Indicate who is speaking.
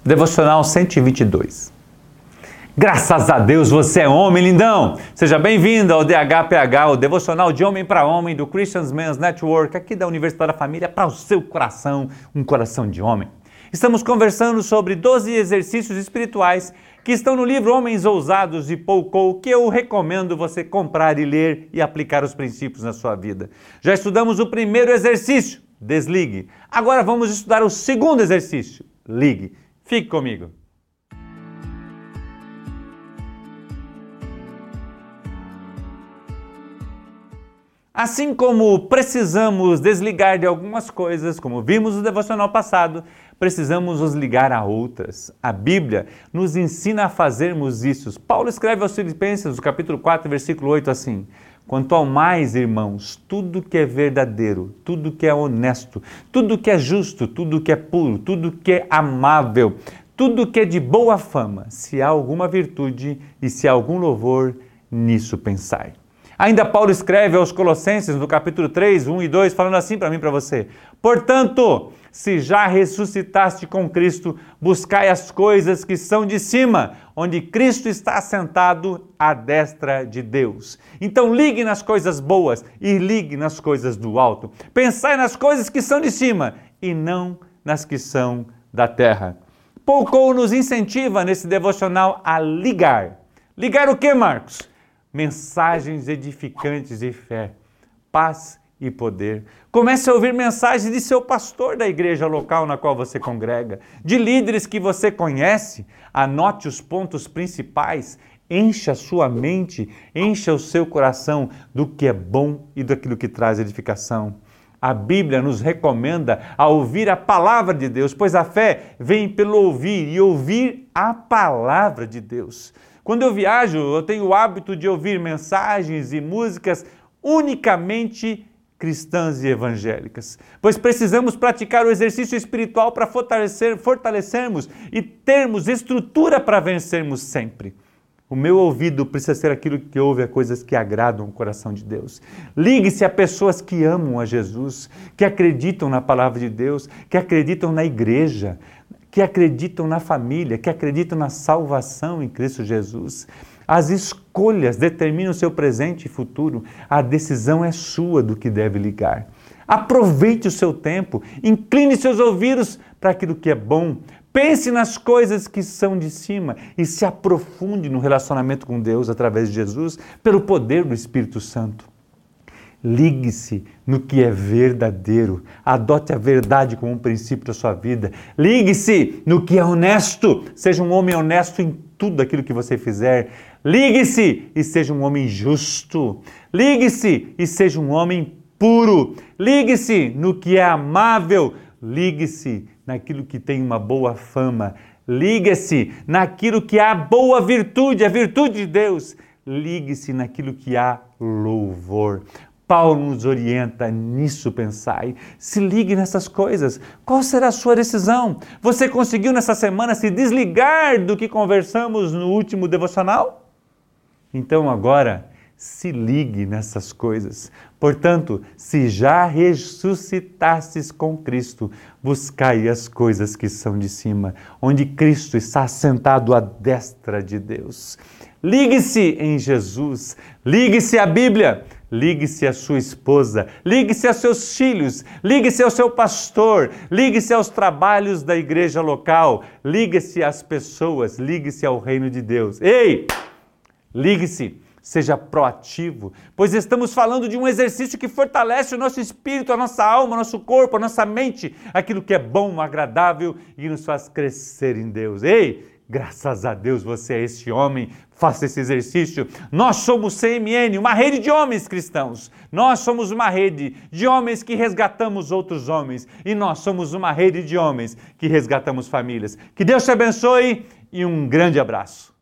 Speaker 1: Devocional 122. Graças a Deus você é homem, lindão! Seja bem-vindo ao DHPH, o Devocional de Homem para Homem do Christian Men's Network, aqui da Universidade da Família, para o seu coração, um coração de homem. Estamos conversando sobre 12 exercícios espirituais que estão no livro Homens Ousados de Paul Cole, que eu recomendo você comprar e ler e aplicar os princípios na sua vida. Já estudamos o primeiro exercício, desligue. Agora vamos estudar o segundo exercício, ligue. Fique comigo. Assim como precisamos desligar de algumas coisas, como vimos no devocional passado, precisamos nos ligar a outras. A Bíblia nos ensina a fazermos isso. Paulo escreve aos Filipenses, no capítulo 4, versículo 8, assim: quanto ao mais, irmãos, tudo que é verdadeiro, tudo que é honesto, tudo que é justo, tudo que é puro, tudo que é amável, tudo que é de boa fama, se há alguma virtude e se há algum louvor, nisso pensai. Ainda Paulo escreve aos Colossenses, no capítulo 3, 1 e 2, falando assim para mim e para você: portanto, se já ressuscitaste com Cristo, buscai as coisas que são de cima, onde Cristo está assentado à destra de Deus. Então ligue nas coisas boas e ligue nas coisas do alto. Pensai nas coisas que são de cima e não nas que são da terra. Paul Cole nos incentiva nesse devocional a ligar. Ligar o que, Marcos? Mensagens edificantes de fé, paz e poder. Comece a ouvir mensagens de seu pastor da igreja local na qual você congrega, de líderes que você conhece. Anote os pontos principais, encha a sua mente, encha o seu coração do que é bom e daquilo que traz edificação. A Bíblia nos recomenda a ouvir a palavra de Deus, pois a fé vem pelo ouvir e ouvir a palavra de Deus. Quando eu viajo, eu tenho o hábito de ouvir mensagens e músicas unicamente cristãs e evangélicas, pois precisamos praticar o exercício espiritual para fortalecermos e termos estrutura para vencermos sempre. O meu ouvido precisa ser aquilo que ouve a coisas que agradam o coração de Deus. Ligue-se a pessoas que amam a Jesus, que acreditam na palavra de Deus, que acreditam na igreja, que acreditam na família, que acreditam na salvação em Cristo Jesus. As escolhas determinam o seu presente e futuro. A decisão é sua do que deve ligar. Aproveite o seu tempo, incline seus ouvidos para aquilo que é bom. Pense nas coisas que são de cima e se aprofunde no relacionamento com Deus através de Jesus, pelo poder do Espírito Santo. Ligue-se no que é verdadeiro. Adote a verdade como um princípio da sua vida. Ligue-se no que é honesto. Seja um homem honesto em tudo aquilo que você fizer. Ligue-se e seja um homem justo. Ligue-se e seja um homem puro. Ligue-se no que é amável. Ligue-se naquilo que tem uma boa fama. Ligue-se naquilo que há boa virtude, a virtude de Deus. Ligue-se naquilo que há louvor. Paulo nos orienta, nisso pensai. Se ligue nessas coisas. Qual será a sua decisão? Você conseguiu nessa semana se desligar do que conversamos no último devocional? Então agora, se ligue nessas coisas. Portanto, se já ressuscitastes com Cristo, buscai as coisas que são de cima, onde Cristo está assentado à destra de Deus. Ligue-se em Jesus, ligue-se à Bíblia, ligue-se à sua esposa, ligue-se a seus filhos, ligue-se ao seu pastor, ligue-se aos trabalhos da igreja local, ligue-se às pessoas, ligue-se ao reino de Deus. Ei! Ligue-se, seja proativo, pois estamos falando de um exercício que fortalece o nosso espírito, a nossa alma, o nosso corpo, a nossa mente, aquilo que é bom, agradável e nos faz crescer em Deus. Ei! Graças a Deus você é esse homem, faça esse exercício. Nós somos CMN, uma rede de homens cristãos. Nós somos uma rede de homens que resgatamos outros homens. E nós somos uma rede de homens que resgatamos famílias. Que Deus te abençoe e um grande abraço.